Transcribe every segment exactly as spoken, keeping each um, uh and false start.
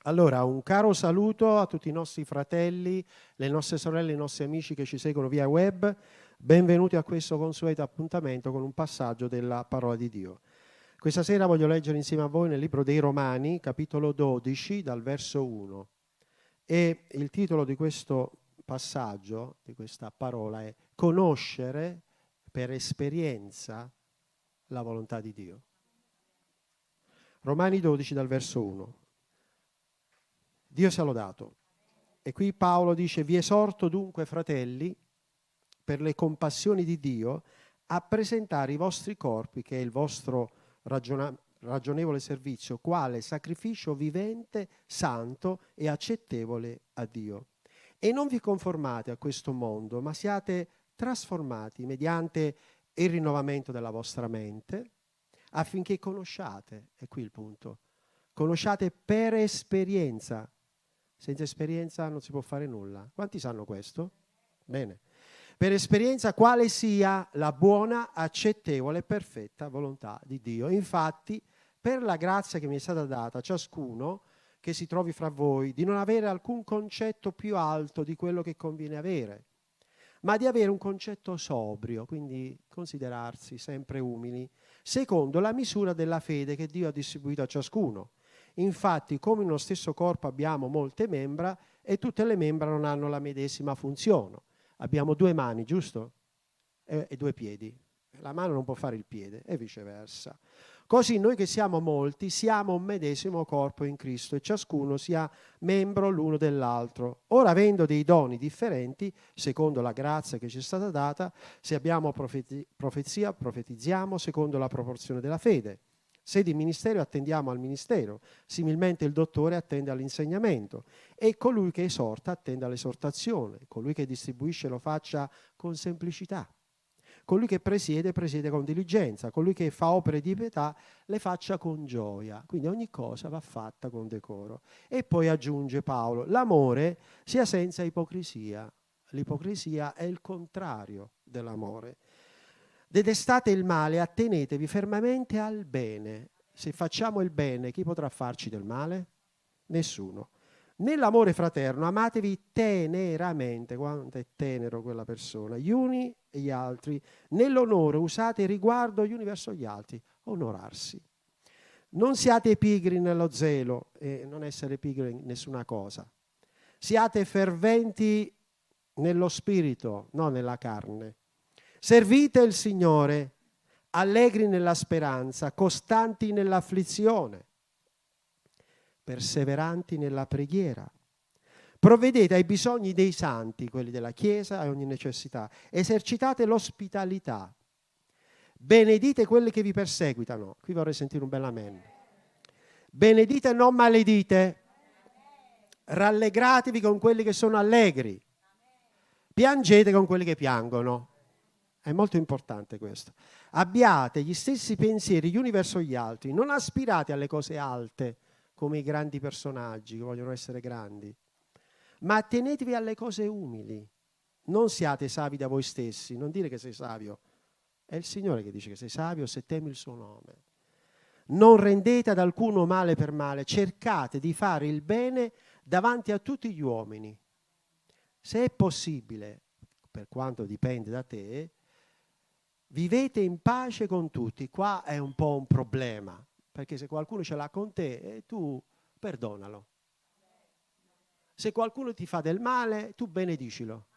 Allora, un caro saluto a tutti i nostri fratelli, le nostre sorelle, i nostri amici che ci seguono via web. Benvenuti a questo consueto appuntamento con un passaggio della parola di Dio. Questa sera voglio leggere insieme a voi nel libro dei Romani, capitolo dodici, dal verso uno. E il titolo di questo passaggio, di questa parola, è Conoscere per esperienza la volontà di Dio. Romani dodici, dal verso uno. Dio sia lodato. E qui Paolo dice: vi esorto dunque, fratelli, per le compassioni di Dio, a presentare i vostri corpi, che è il vostro ragiona- ragionevole servizio, quale sacrificio vivente, santo e accettevole a Dio. E non vi conformate a questo mondo, ma siate trasformati mediante il rinnovamento della vostra mente, affinché conosciate, è qui il punto, conosciate per esperienza. Senza esperienza non si può fare nulla. Quanti sanno questo? Bene. Per esperienza quale sia la buona, accettevole e perfetta volontà di Dio. Infatti, per la grazia che mi è stata data a ciascuno che si trovi fra voi, di non avere alcun concetto più alto di quello che conviene avere, ma di avere un concetto sobrio, quindi considerarsi sempre umili, secondo la misura della fede che Dio ha distribuito a ciascuno. Infatti, come in uno stesso corpo abbiamo molte membra e tutte le membra non hanno la medesima funzione. Abbiamo due mani, giusto? E, e due piedi. La mano non può fare il piede e viceversa. Così noi che siamo molti siamo un medesimo corpo in Cristo e ciascuno sia membro l'uno dell'altro. Ora, avendo dei doni differenti, secondo la grazia che ci è stata data, se abbiamo profeti- profezia, profetizziamo secondo la proporzione della fede. Se di ministero attendiamo al ministero, similmente il dottore attende all'insegnamento e colui che esorta attende all'esortazione, colui che distribuisce lo faccia con semplicità, colui che presiede presiede con diligenza, colui che fa opere di pietà le faccia con gioia. Quindi ogni cosa va fatta con decoro. E poi aggiunge Paolo: l'amore sia senza ipocrisia. L'ipocrisia è il contrario dell'amore. Detestate il male, attenetevi fermamente al bene. Se facciamo il bene, chi potrà farci del male? Nessuno. Nell'amore fraterno amatevi teneramente, quanto è tenero quella persona, gli uni e gli altri. Nell'onore usate riguardo gli uni verso gli altri, onorarsi. Non siate pigri nello zelo, e non essere pigri in nessuna cosa. Siate ferventi nello spirito, non nella carne. Servite il Signore, allegri nella speranza, costanti nell'afflizione, perseveranti nella preghiera. Provvedete ai bisogni dei santi, quelli della Chiesa, e ogni necessità. Esercitate l'ospitalità. Benedite quelli che vi perseguitano. Qui vorrei sentire un bel amen. Benedite e non maledite. Rallegratevi con quelli che sono allegri. Piangete con quelli che piangono. È molto importante questo. Abbiate gli stessi pensieri gli uni verso gli altri. Non aspirate alle cose alte come i grandi personaggi che vogliono essere grandi, ma attenetevi alle cose umili. Non siate savi da voi stessi. Non dire che sei savio. È il Signore che dice che sei savio se temi il suo nome. Non rendete ad alcuno male per male. Cercate di fare il bene davanti a tutti gli uomini. Se è possibile, per quanto dipende da te, vivete in pace con tutti. Qua è un po' un problema, perché se qualcuno ce l'ha con te, eh, tu perdonalo. Se qualcuno ti fa del male, tu benedicilo.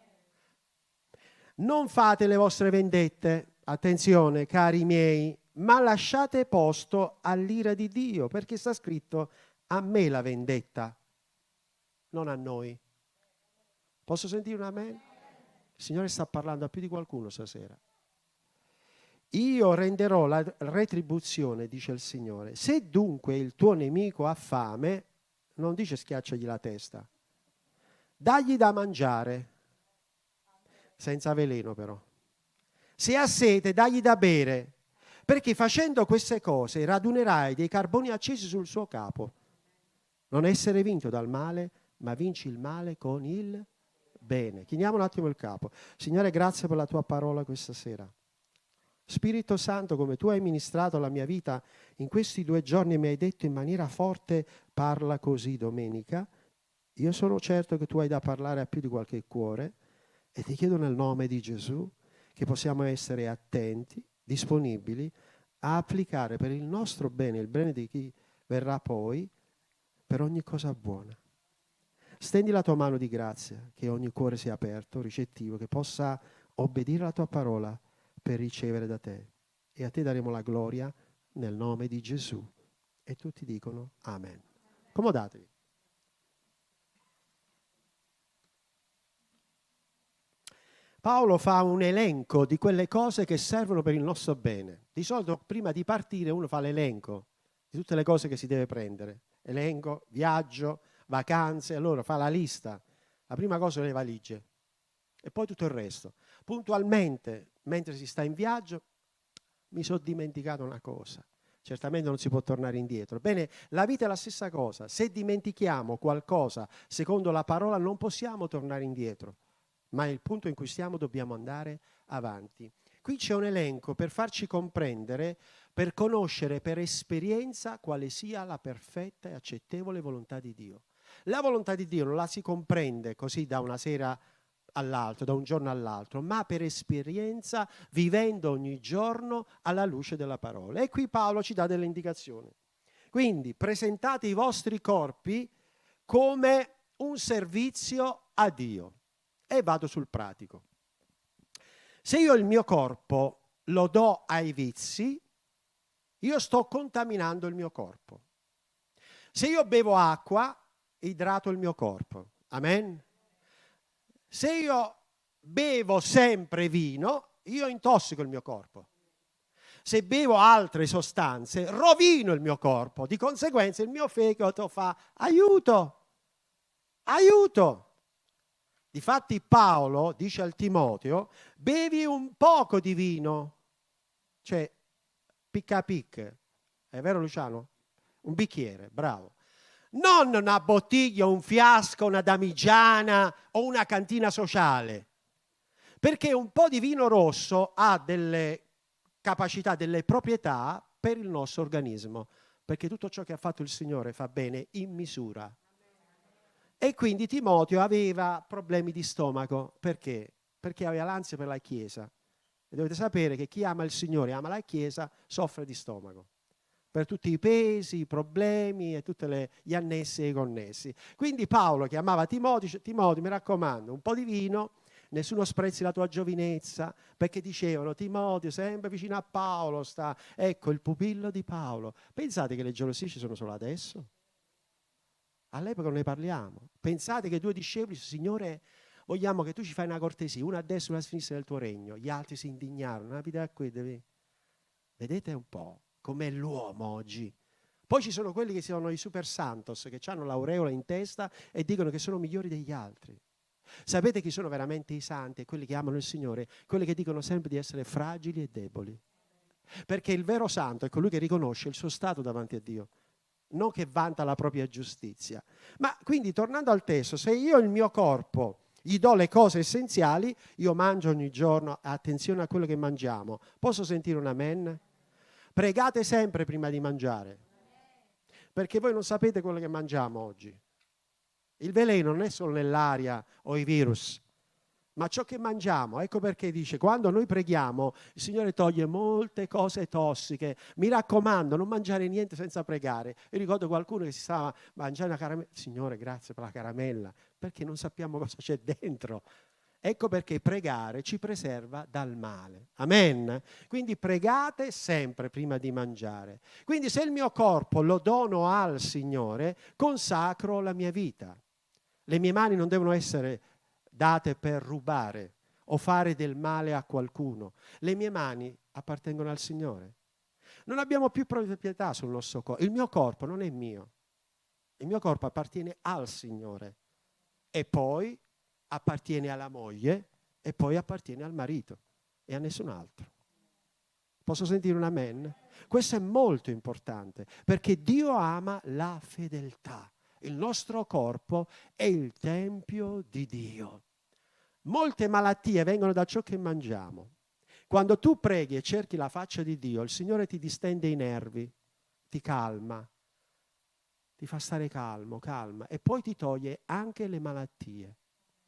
Non fate le vostre vendette, attenzione cari miei, ma lasciate posto all'ira di Dio, perché sta scritto: a me la vendetta, non a noi. Posso sentire un amen? Il Signore sta parlando a più di qualcuno stasera. Io renderò la retribuzione, dice il Signore. Se dunque il tuo nemico ha fame, non dice schiacciagli la testa, dagli da mangiare, senza veleno però. Se ha sete, dagli da bere, perché facendo queste cose radunerai dei carboni accesi sul suo capo. Non essere vinto dal male, ma vinci il male con il bene. Chiniamo un attimo il capo. Signore, grazie per la tua parola questa sera. Spirito Santo, come tu hai ministrato la mia vita in questi due giorni e mi hai detto in maniera forte, parla così domenica, io sono certo che tu hai da parlare a più di qualche cuore e ti chiedo nel nome di Gesù che possiamo essere attenti, disponibili a applicare per il nostro bene, il bene di chi verrà poi, per ogni cosa buona. Stendi la tua mano di grazia, che ogni cuore sia aperto, ricettivo, che possa obbedire alla tua parola per ricevere da te. E a te daremo la gloria nel nome di Gesù. E tutti dicono Amen. Accomodatevi. Paolo fa un elenco di quelle cose che servono per il nostro bene. Di solito prima di partire uno fa l'elenco di tutte le cose che si deve prendere. Elenco, viaggio, vacanze, allora fa la lista. La prima cosa sono le valigie e poi tutto il resto. Puntualmente, mentre si sta in viaggio, mi sono dimenticato una cosa. Certamente non si può tornare indietro. Bene, la vita è la stessa cosa. Se dimentichiamo qualcosa, secondo la parola, non possiamo tornare indietro. Ma il punto in cui stiamo dobbiamo andare avanti. Qui c'è un elenco per farci comprendere, per conoscere per esperienza quale sia la perfetta e accettevole volontà di Dio. La volontà di Dio non la si comprende così da una sera all'altro, da un giorno all'altro, ma per esperienza, vivendo ogni giorno alla luce della parola. E qui Paolo ci dà delle indicazioni. Quindi presentate i vostri corpi come un servizio a Dio. E vado sul pratico. Se io il mio corpo lo do ai vizi, io sto contaminando il mio corpo. Se io bevo acqua, idrato il mio corpo. Amen? Se io bevo sempre vino, io intossico il mio corpo. Se bevo altre sostanze, rovino il mio corpo. Di conseguenza il mio fegato fa aiuto, aiuto. Difatti Paolo dice al Timoteo, bevi un poco di vino, cioè picca pic, è vero Luciano? Un bicchiere, bravo. Non una bottiglia, un fiasco, una damigiana o una cantina sociale, perché un po' di vino rosso ha delle capacità, delle proprietà per il nostro organismo, perché tutto ciò che ha fatto il Signore fa bene in misura. E quindi Timoteo aveva problemi di stomaco. Perché? Perché aveva l'ansia per la Chiesa. E dovete sapere che chi ama il Signore, ama la Chiesa, soffre di stomaco. Per tutti i pesi, i problemi e tutti gli annessi e i connessi. Quindi Paolo chiamava Timoteo, dice, Timoteo mi raccomando, un po' di vino, nessuno sprezzi la tua giovinezza, perché dicevano Timoteo sempre vicino a Paolo sta, ecco il pupillo di Paolo. Pensate che le gelosie ci sono solo adesso? All'epoca non ne parliamo. Pensate che due discepoli, Signore, vogliamo che tu ci fai una cortesia, una a destra e una a sinistra del tuo regno. Gli altri si indignarono. Ah, qui, devi... Vedete un po' com'è l'uomo oggi. Poi ci sono quelli che sono i super santos, che hanno l'aureola in testa e dicono che sono migliori degli altri. Sapete chi sono veramente i santi e quelli che amano il Signore? Quelli che dicono sempre di essere fragili e deboli. Perché il vero santo è colui che riconosce il suo stato davanti a Dio, non che vanta la propria giustizia. Ma quindi, tornando al testo, se io il mio corpo gli do le cose essenziali, io mangio ogni giorno, attenzione a quello che mangiamo. Posso sentire un amen? Pregate sempre prima di mangiare, perché voi non sapete quello che mangiamo oggi. Il veleno non è solo nell'aria o i virus, ma ciò che mangiamo. Ecco perché dice, quando noi preghiamo, il Signore toglie molte cose tossiche. Mi raccomando, non mangiare niente senza pregare. Io ricordo qualcuno che si stava mangiando una caramella. Signore, grazie per la caramella, perché non sappiamo cosa c'è dentro. Ecco perché pregare ci preserva dal male. Amen? Quindi pregate sempre prima di mangiare. Quindi se il mio corpo lo dono al Signore, consacro la mia vita. Le mie mani non devono essere date per rubare o fare del male a qualcuno. Le mie mani appartengono al Signore. Non abbiamo più proprietà sul nostro corpo. Il mio corpo non è mio. Il mio corpo appartiene al Signore. E poi appartiene alla moglie e poi appartiene al marito e a nessun altro. Posso sentire un amen? Questo è molto importante perché Dio ama la fedeltà. Il nostro corpo è il tempio di Dio. Molte malattie vengono da ciò che mangiamo. Quando tu preghi e cerchi la faccia di Dio, il Signore ti distende i nervi, ti calma, ti fa stare calmo, calma, e poi ti toglie anche le malattie.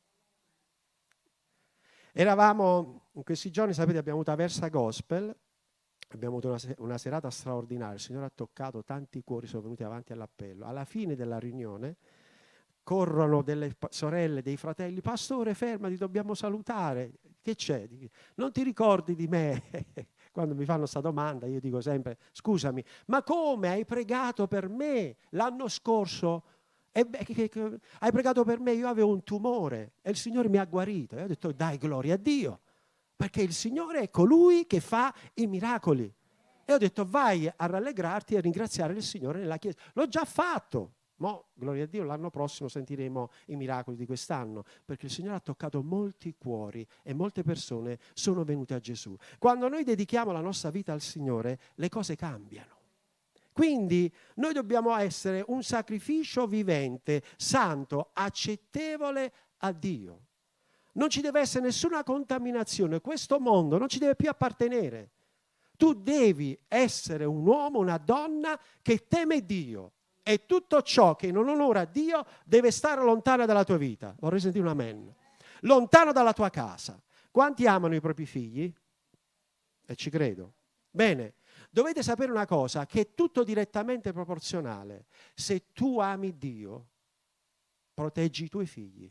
Eravamo, in questi giorni, sapete, abbiamo avuto Aversa Gospel, abbiamo avuto una, una serata straordinaria, il Signore ha toccato, tanti cuori sono venuti avanti all'appello. Alla fine della riunione corrono delle sorelle, dei fratelli, pastore fermati, dobbiamo salutare, che c'è? Non ti ricordi di me? Quando mi fanno questa domanda io dico sempre, scusami, ma come hai pregato per me l'anno scorso? E beh, che, che, hai pregato per me, io avevo un tumore e il Signore mi ha guarito. E ho detto, dai gloria a Dio, perché il Signore è colui che fa i miracoli. E ho detto, vai a rallegrarti e a ringraziare il Signore nella Chiesa. L'ho già fatto. Mo, gloria a Dio, l'anno prossimo sentiremo i miracoli di quest'anno, perché il Signore ha toccato molti cuori e molte persone sono venute a Gesù. Quando noi dedichiamo la nostra vita al Signore, le cose cambiano. Quindi noi dobbiamo essere un sacrificio vivente, santo, accettevole a Dio. Non ci deve essere nessuna contaminazione, questo mondo non ci deve più appartenere. Tu devi essere un uomo, una donna che teme Dio. E tutto ciò che non onora Dio deve stare lontano dalla tua vita. Vorrei sentire un amen. Lontano dalla tua casa. Quanti amano i propri figli? E ci credo. Bene, dovete sapere una cosa, che è tutto direttamente proporzionale. Se tu ami Dio, proteggi i tuoi figli.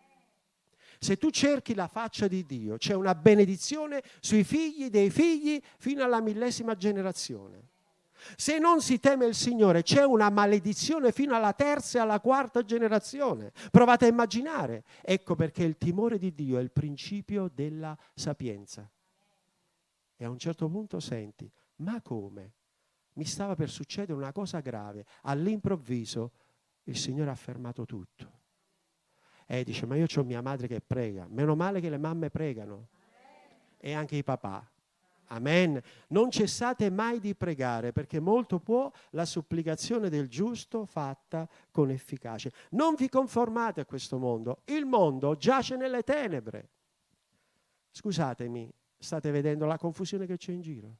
Se tu cerchi la faccia di Dio, c'è una benedizione sui figli dei figli fino alla millesima generazione. Se non si teme il Signore, c'è una maledizione fino alla terza e alla quarta generazione. Provate a immaginare. Ecco perché il timore di Dio è il principio della sapienza. E a un certo punto senti, ma come? Mi stava per succedere una cosa grave. All'improvviso il Signore ha fermato tutto. E dice, ma io ho mia madre che prega. Meno male che le mamme pregano. E anche i papà. Amen. Non cessate mai di pregare, perché molto può la supplicazione del giusto fatta con efficacia. Non vi conformate a questo mondo. Il mondo giace nelle tenebre. Scusatemi, state vedendo la confusione che c'è in giro?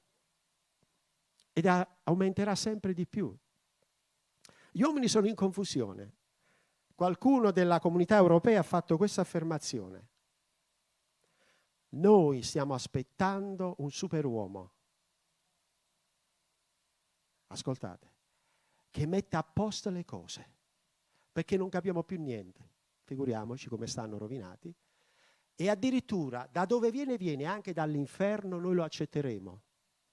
Ed aumenterà sempre di più. Gli uomini sono in confusione. Qualcuno della comunità europea ha fatto questa affermazione. Noi stiamo aspettando un superuomo, ascoltate, che metta a posto le cose, perché non capiamo più niente, figuriamoci come stanno rovinati, e addirittura da dove viene viene, anche dall'inferno, noi lo accetteremo.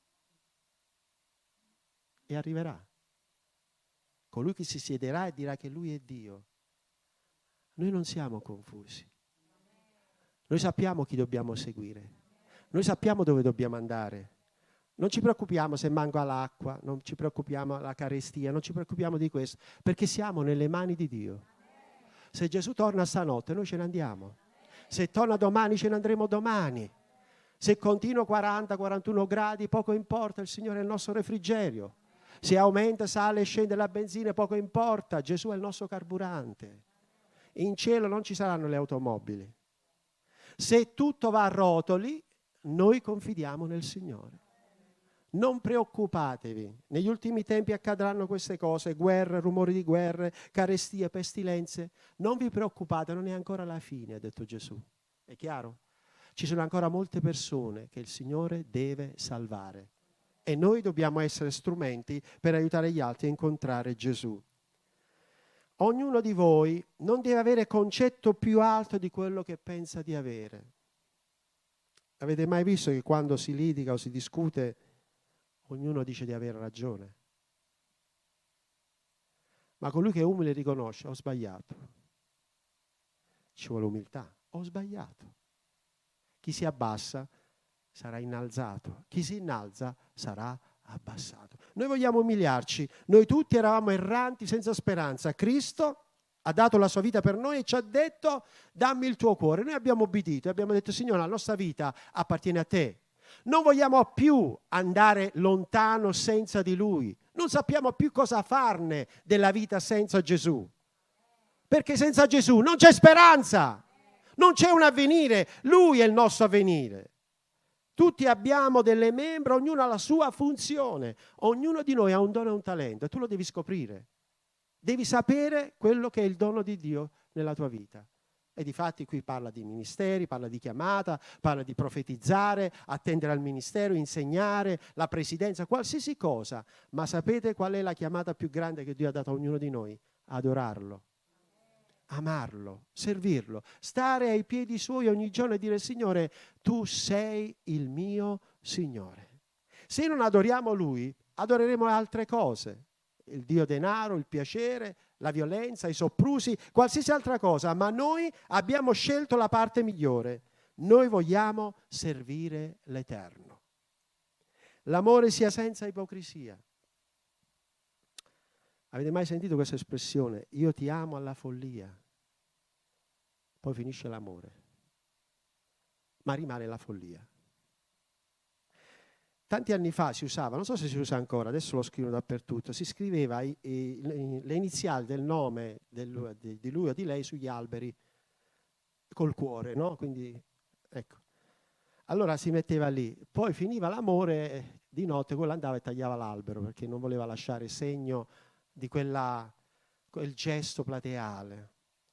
E arriverà. Colui che si siederà e dirà che lui è Dio. Noi non siamo confusi. Noi sappiamo chi dobbiamo seguire, noi sappiamo dove dobbiamo andare. Non ci preoccupiamo se manca l'acqua, non ci preoccupiamo della carestia, non ci preoccupiamo di questo, perché siamo nelle mani di Dio. Se Gesù torna stanotte, noi ce ne andiamo. Se torna domani, ce ne andremo domani. Se continua quaranta quarantuno gradi, poco importa, il Signore è il nostro refrigerio. Se aumenta, sale e scende la benzina, poco importa, Gesù è il nostro carburante. In cielo non ci saranno le automobili. Se tutto va a rotoli, noi confidiamo nel Signore. Non preoccupatevi, negli ultimi tempi accadranno queste cose, guerre, rumori di guerre, carestie, pestilenze. Non vi preoccupate, non è ancora la fine, ha detto Gesù. È chiaro? Ci sono ancora molte persone che il Signore deve salvare e noi dobbiamo essere strumenti per aiutare gli altri a incontrare Gesù. Ognuno di voi non deve avere concetto più alto di quello che pensa di avere. Avete mai visto che quando si litiga o si discute, ognuno dice di avere ragione? Ma colui che è umile riconosce, ho sbagliato. Ci vuole umiltà, ho sbagliato. Chi si abbassa sarà innalzato, chi si innalza sarà abbassato. Noi vogliamo umiliarci, noi tutti eravamo erranti senza speranza. Cristo ha dato la sua vita per noi e ci ha detto dammi il tuo cuore. Noi abbiamo obbedito e abbiamo detto Signore, la nostra vita appartiene a te. Non vogliamo più andare lontano senza di Lui. Non sappiamo più cosa farne della vita senza Gesù. Perché senza Gesù non c'è speranza, non c'è un avvenire. Lui è il nostro avvenire. Tutti abbiamo delle membra, ognuno ha la sua funzione. Ognuno di noi ha un dono e un talento e tu lo devi scoprire. Devi sapere quello che è il dono di Dio nella tua vita. E difatti qui parla di ministeri, parla di chiamata, parla di profetizzare, attendere al ministero, insegnare, la presidenza, qualsiasi cosa. Ma sapete qual è la chiamata più grande che Dio ha dato a ognuno di noi? Adorarlo, amarlo, servirlo, stare ai piedi suoi ogni giorno e dire: Signore, tu sei il mio Signore. Se non adoriamo Lui, adoreremo altre cose. Il Dio denaro, il piacere, la violenza, i soprusi, qualsiasi altra cosa, ma noi abbiamo scelto la parte migliore. Noi vogliamo servire l'Eterno. L'amore sia senza ipocrisia. Avete mai sentito questa espressione? Io ti amo alla follia. Poi finisce l'amore, ma rimane la follia. Tanti anni fa si usava, non so se si usa ancora, adesso lo scrivono dappertutto, si scriveva i, i, le iniziali del nome del, di, di lui o di lei sugli alberi col cuore, no? Quindi, ecco. Allora si metteva lì, poi finiva l'amore, di notte quello andava e tagliava l'albero perché non voleva lasciare segno di quella, quel gesto plateale.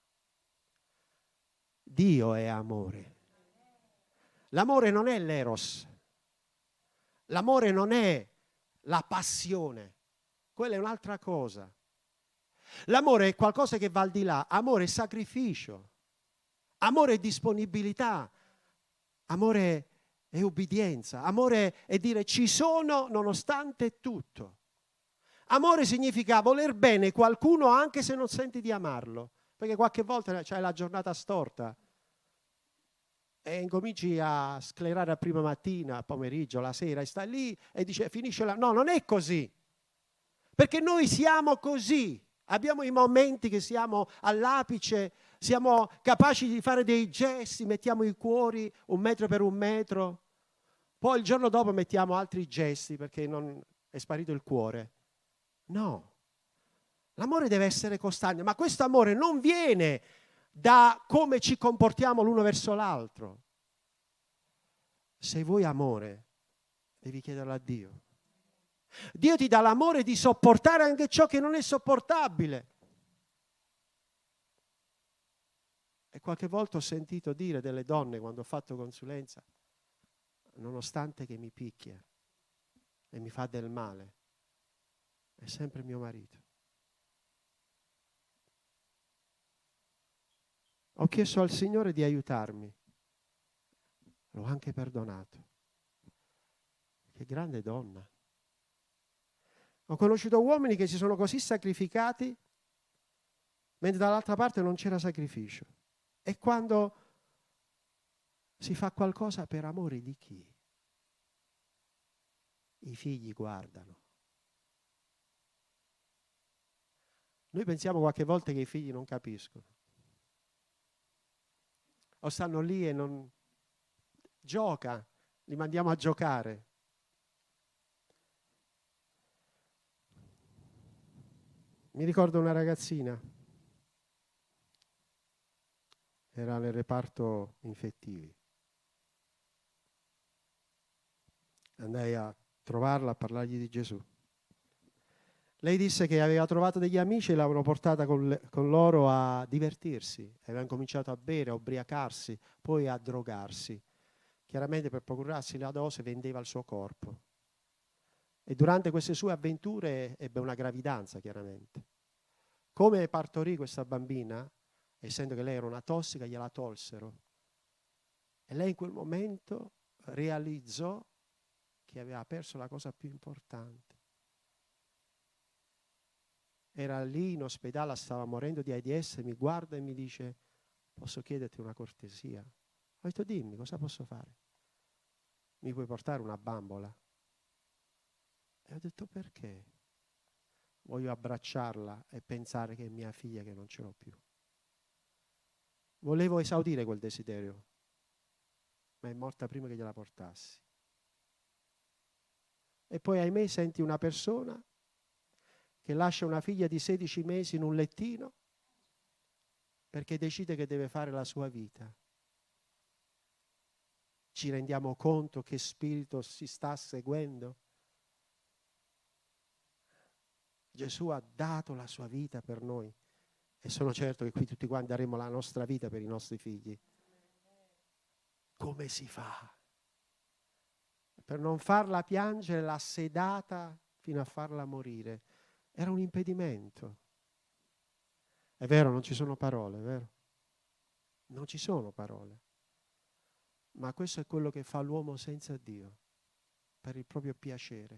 Dio è amore. L'amore non è l'eros. L'amore non è la passione, quella è un'altra cosa. L'amore è qualcosa che va al di là, amore è sacrificio, amore è disponibilità, amore è ubbidienza, amore è dire ci sono nonostante tutto. Amore significa voler bene qualcuno anche se non senti di amarlo, perché qualche volta c'hai la giornata storta e incominci a sclerare a prima mattina, pomeriggio, la sera, e stai lì e dice finisce la... No, non è così. Perché noi siamo così. Abbiamo i momenti che siamo all'apice, siamo capaci di fare dei gesti, mettiamo i cuori un metro per un metro, poi il giorno dopo mettiamo altri gesti perché non è sparito il cuore. No. L'amore deve essere costante, ma questo amore non viene da come ci comportiamo l'uno verso l'altro. Se vuoi amore, devi chiederlo a Dio. Dio ti dà l'amore di sopportare anche ciò che non è sopportabile. E qualche volta ho sentito dire delle donne quando ho fatto consulenza, nonostante che mi picchia e mi fa del male, è sempre mio marito. Ho chiesto al Signore di aiutarmi. L'ho anche perdonato. Che grande donna. Ho conosciuto uomini che si sono così sacrificati, mentre dall'altra parte non c'era sacrificio. E quando si fa qualcosa per amore di chi? I figli guardano. Noi pensiamo qualche volta che i figli non capiscono. O stanno lì e non... Gioca, li mandiamo a giocare. Mi ricordo una ragazzina, era nel reparto infettivi. Andai a trovarla, a parlargli di Gesù. Lei disse che aveva trovato degli amici e l'avevano portata con, le, con loro a divertirsi. Avevano cominciato a bere, a ubriacarsi, poi a drogarsi. Chiaramente per procurarsi la dose vendeva il suo corpo. E durante queste sue avventure ebbe una gravidanza, chiaramente. Come partorì questa bambina, essendo che lei era una tossica, gliela tolsero. E lei in quel momento realizzò che aveva perso la cosa più importante. Era lì in ospedale, stava morendo di AIDS, mi guarda e mi dice: posso chiederti una cortesia? Ho detto: dimmi, cosa posso fare? Mi puoi portare una bambola? E ho detto: perché? Voglio abbracciarla e pensare che è mia figlia, che non ce l'ho più. Volevo esaudire quel desiderio, ma è morta prima che gliela portassi. E poi, ahimè, senti una persona che lascia una figlia di sedici mesi in un lettino perché decide che deve fare la sua vita. Ci rendiamo conto che spirito si sta seguendo? Gesù ha dato la sua vita per noi e sono certo che qui tutti quanti daremo la nostra vita per i nostri figli. Come si fa? Per non farla piangere, l'ha sedata fino a farla morire. Era un impedimento. È vero, non ci sono parole, è vero? Non ci sono parole. Ma questo è quello che fa l'uomo senza Dio, per il proprio piacere.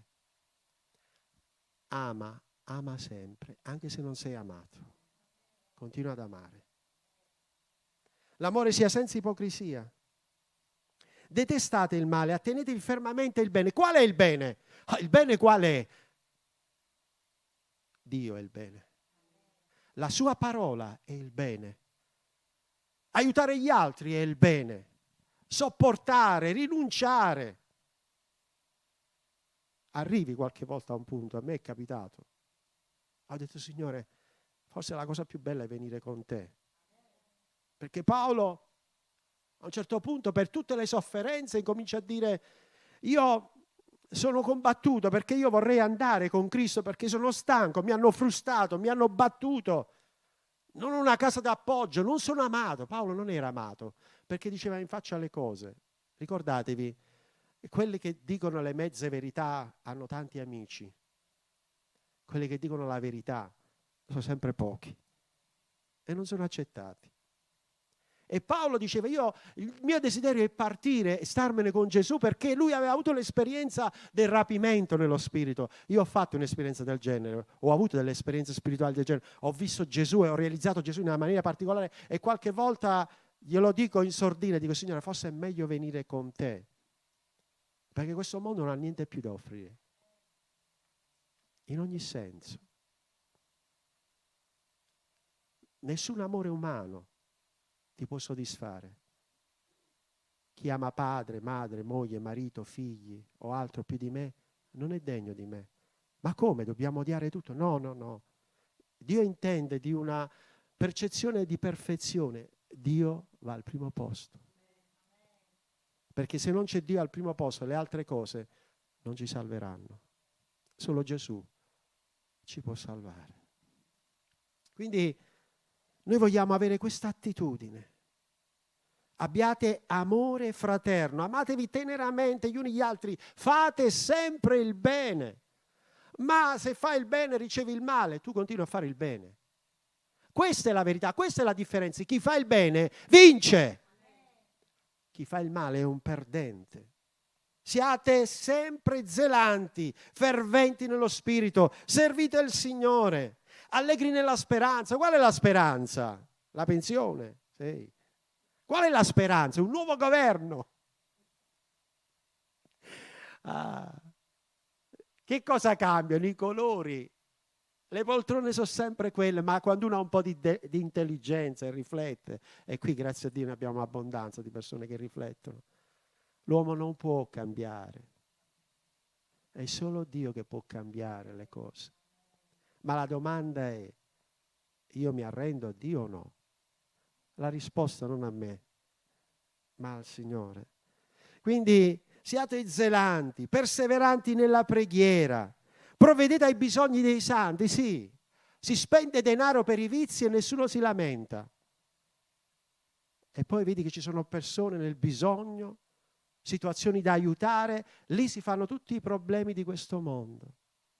Ama, ama sempre, anche se non sei amato. Continua ad amare. L'amore sia senza ipocrisia. Detestate il male, attenetevi fermamente il bene. Qual è il bene? Ah, il bene qual è? Dio è il bene. La sua parola è il bene. Aiutare gli altri è il bene. Sopportare, rinunciare. Arrivi qualche volta a un punto, a me è capitato. Ho detto, Signore, forse la cosa più bella è venire con te. Perché Paolo a un certo punto, per tutte le sofferenze, incomincia a dire, io sono combattuto perché io vorrei andare con Cristo, perché sono stanco, mi hanno frustato, mi hanno battuto, non ho una casa d'appoggio, non sono amato. Paolo non era amato perché diceva in faccia le cose. Ricordatevi, quelli che dicono le mezze verità hanno tanti amici, quelli che dicono la verità sono sempre pochi e non sono accettati. E Paolo diceva, io, il mio desiderio è partire e starmene con Gesù, perché lui aveva avuto l'esperienza del rapimento nello spirito. Io ho fatto un'esperienza del genere, ho avuto delle esperienze spirituali del genere, ho visto Gesù e ho realizzato Gesù in una maniera particolare e qualche volta glielo dico in sordina, dico, Signore, forse è meglio venire con te, perché questo mondo non ha niente più da offrire, in ogni senso. Nessun amore umano ti può soddisfare. Chi ama padre, madre, moglie, marito, figli o altro più di me non è degno di me. Ma come? Dobbiamo odiare tutto? No, no, no. Dio intende di una percezione di perfezione. Dio va al primo posto. Perché se non c'è Dio al primo posto, le altre cose non ci salveranno. Solo Gesù ci può salvare. Quindi noi vogliamo avere questa attitudine. Abbiate amore fraterno, amatevi teneramente gli uni gli altri, fate sempre il bene. Ma se fai il bene ricevi il male, tu continui a fare il bene. Questa è la verità, questa è la differenza. Chi fa il bene vince. Chi fa il male è un perdente. Siate sempre zelanti, ferventi nello spirito, servite il Signore. Allegri nella speranza. Qual è la speranza? La pensione. Sì. Qual è la speranza? Un nuovo governo. Ah. Che cosa cambiano? I colori. Le poltrone sono sempre quelle, ma quando uno ha un po' di, de- di intelligenza e riflette, e qui grazie a Dio ne abbiamo abbondanza di persone che riflettono, l'uomo non può cambiare. È solo Dio che può cambiare le cose. Ma la domanda è, io mi arrendo a Dio o no? La risposta non a me, ma al Signore. Quindi siate zelanti, perseveranti nella preghiera, provvedete ai bisogni dei santi, sì, si spende denaro per i vizi e nessuno si lamenta. E poi vedi che ci sono persone nel bisogno, situazioni da aiutare, lì si fanno tutti i problemi di questo mondo.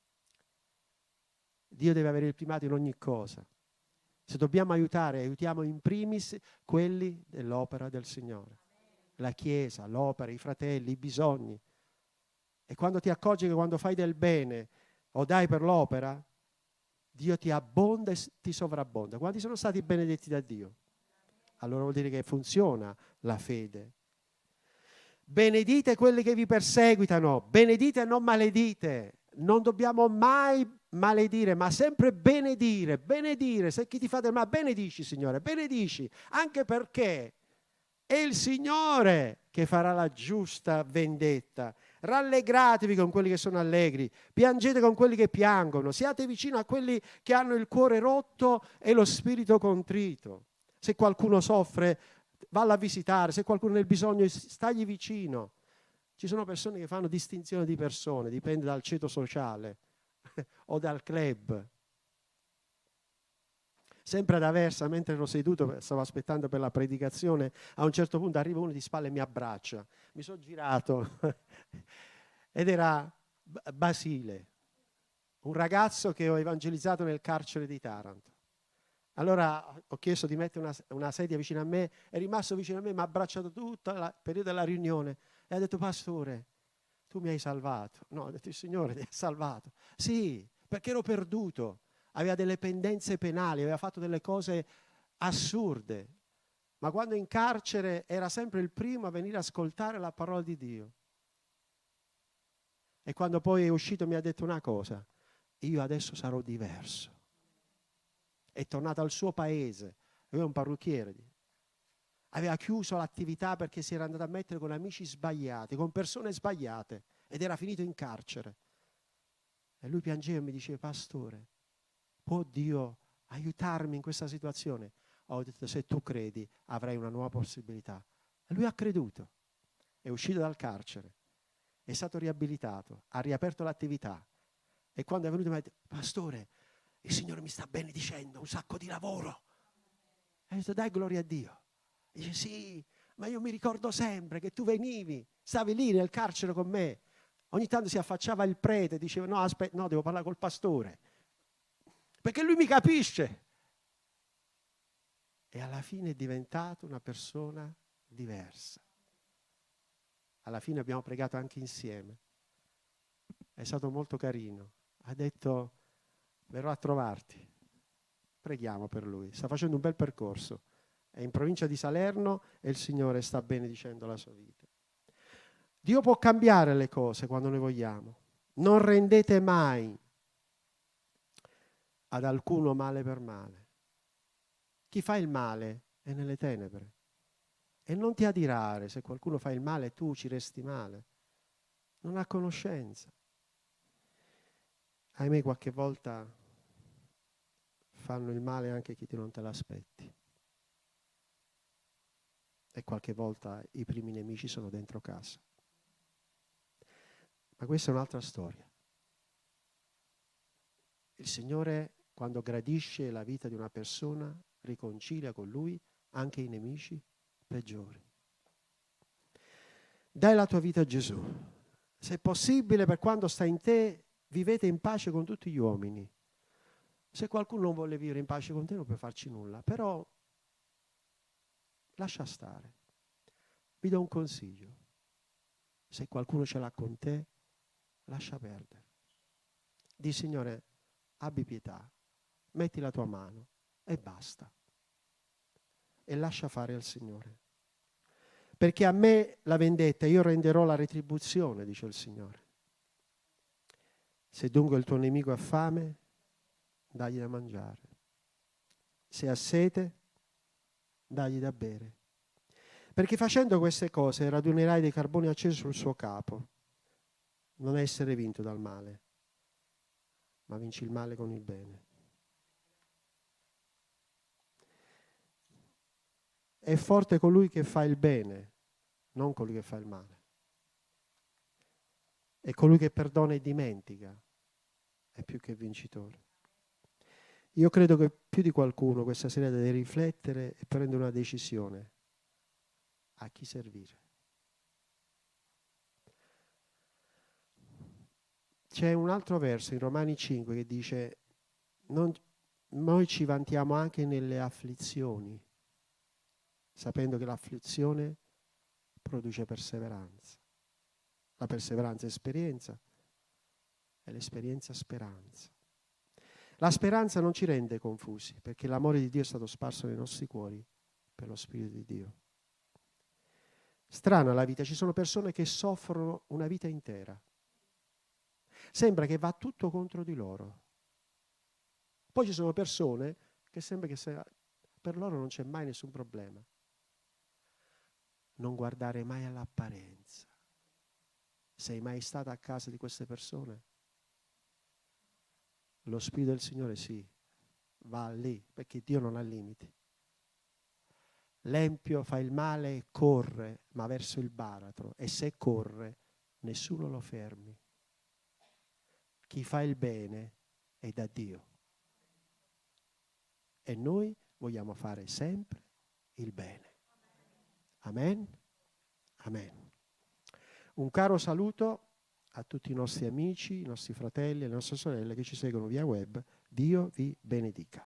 Dio deve avere il primato in ogni cosa. Se dobbiamo aiutare, aiutiamo in primis quelli dell'opera del Signore. La Chiesa, l'opera, i fratelli, i bisogni. E quando ti accorgi che quando fai del bene o dai per l'opera, Dio ti abbonda e ti sovrabbonda. Quanti sono stati benedetti da Dio? Allora vuol dire che funziona la fede. Benedite quelli che vi perseguitano, benedite e non maledite. Non dobbiamo mai maledire, ma sempre benedire, benedire. Se chi ti fa del male, benedici, Signore, benedici, anche perché è il Signore che farà la giusta vendetta. Rallegratevi con quelli che sono allegri, piangete con quelli che piangono, siate vicino a quelli che hanno il cuore rotto e lo spirito contrito. Se qualcuno soffre, Valla a visitare, se qualcuno nel bisogno stagli vicino. Ci sono persone che fanno distinzione di persone, dipende dal ceto sociale o dal club. Sempre ad Aversa, mentre ero seduto, stavo aspettando per la predicazione, a un certo punto arriva uno di spalle e mi abbraccia. Mi sono girato ed era Basile, un ragazzo che ho evangelizzato nel carcere di Taranto. Allora ho chiesto di mettere una, una sedia vicino a me, è rimasto vicino a me, mi ha abbracciato tutto il periodo della riunione e ha detto: pastore, tu mi hai salvato. No, ho detto: il Signore ti ha salvato. Sì, perché ero perduto, aveva delle pendenze penali, aveva fatto delle cose assurde, ma quando in carcere era sempre il primo a venire a ascoltare la parola di Dio. E quando poi è uscito mi ha detto una cosa: io adesso sarò diverso. È tornato al suo paese, lui è un parrucchiere, aveva chiuso l'attività perché si era andato a mettere con amici sbagliati, con persone sbagliate, ed era finito in carcere. E lui piangeva e mi diceva: pastore, può Dio aiutarmi in questa situazione? Ho detto: se tu credi avrai una nuova possibilità. E lui ha creduto, è uscito dal carcere, è stato riabilitato, ha riaperto l'attività, e quando è venuto mi ha detto: pastore, il Signore mi sta benedicendo, un sacco di lavoro. E ho detto: dai gloria a Dio. E dice: sì, ma io mi ricordo sempre che tu venivi, stavi lì nel carcere con me. Ogni tanto si affacciava il prete e diceva: no, aspetta, no, devo parlare col pastore, perché lui mi capisce. E alla fine è diventato una persona diversa. Alla fine abbiamo pregato anche insieme. È stato molto carino. Ha detto: verrò a trovarti. Preghiamo per lui. Sta facendo un bel percorso. È in provincia di Salerno e il Signore sta benedicendo la sua vita. Dio può cambiare le cose quando noi vogliamo. Non rendete mai ad alcuno male per male. Chi fa il male è nelle tenebre. E non ti adirare se qualcuno fa il male e tu ci resti male. Non ha conoscenza. Ahimè, qualche volta fanno il male anche chi non te l'aspetti. E qualche volta i primi nemici sono dentro casa. Ma questa è un'altra storia. Il Signore, quando gradisce la vita di una persona, riconcilia con Lui anche i nemici peggiori. Dai la tua vita a Gesù. Se possibile, per quanto sta in te, vivete in pace con tutti gli uomini. Se qualcuno non vuole vivere in pace con te, non puoi farci nulla, però lascia stare. Vi do un consiglio: se qualcuno ce l'ha con te, lascia perdere. Di: Signore, abbi pietà, metti la tua mano e basta. E lascia fare al Signore. Perché a me la vendetta, io renderò la retribuzione, dice il Signore. Se dunque il tuo nemico ha fame, dagli da mangiare. Se ha sete, dagli da bere. Perché facendo queste cose radunerai dei carboni accesi sul suo capo. Non essere vinto dal male, ma vinci il male con il bene. È forte colui che fa il bene, non colui che fa il male. E colui che perdona e dimentica è più che vincitore. Io credo che più di qualcuno questa sera deve riflettere e prendere una decisione: a chi servire. C'è un altro verso in Romani cinque che dice: non, noi ci vantiamo anche nelle afflizioni, sapendo che l'afflizione produce perseveranza. La perseveranza è esperienza e l'esperienza speranza. La speranza non ci rende confusi, perché l'amore di Dio è stato sparso nei nostri cuori per lo Spirito di Dio. Strana la vita, ci sono persone che soffrono una vita intera. Sembra che va tutto contro di loro. Poi ci sono persone che sembra che sia, per loro non c'è mai nessun problema. Non guardare mai all'apparenza. Sei mai stata a casa di queste persone? Lo Spirito del Signore sì, va lì, perché Dio non ha limiti. L'empio fa il male e corre, ma verso il baratro, e se corre nessuno lo fermi. Chi fa il bene è da Dio. E noi vogliamo fare sempre il bene. Amen? Amen. Un caro saluto a tutti i nostri amici, i nostri fratelli e le nostre sorelle che ci seguono via web. Dio vi benedica.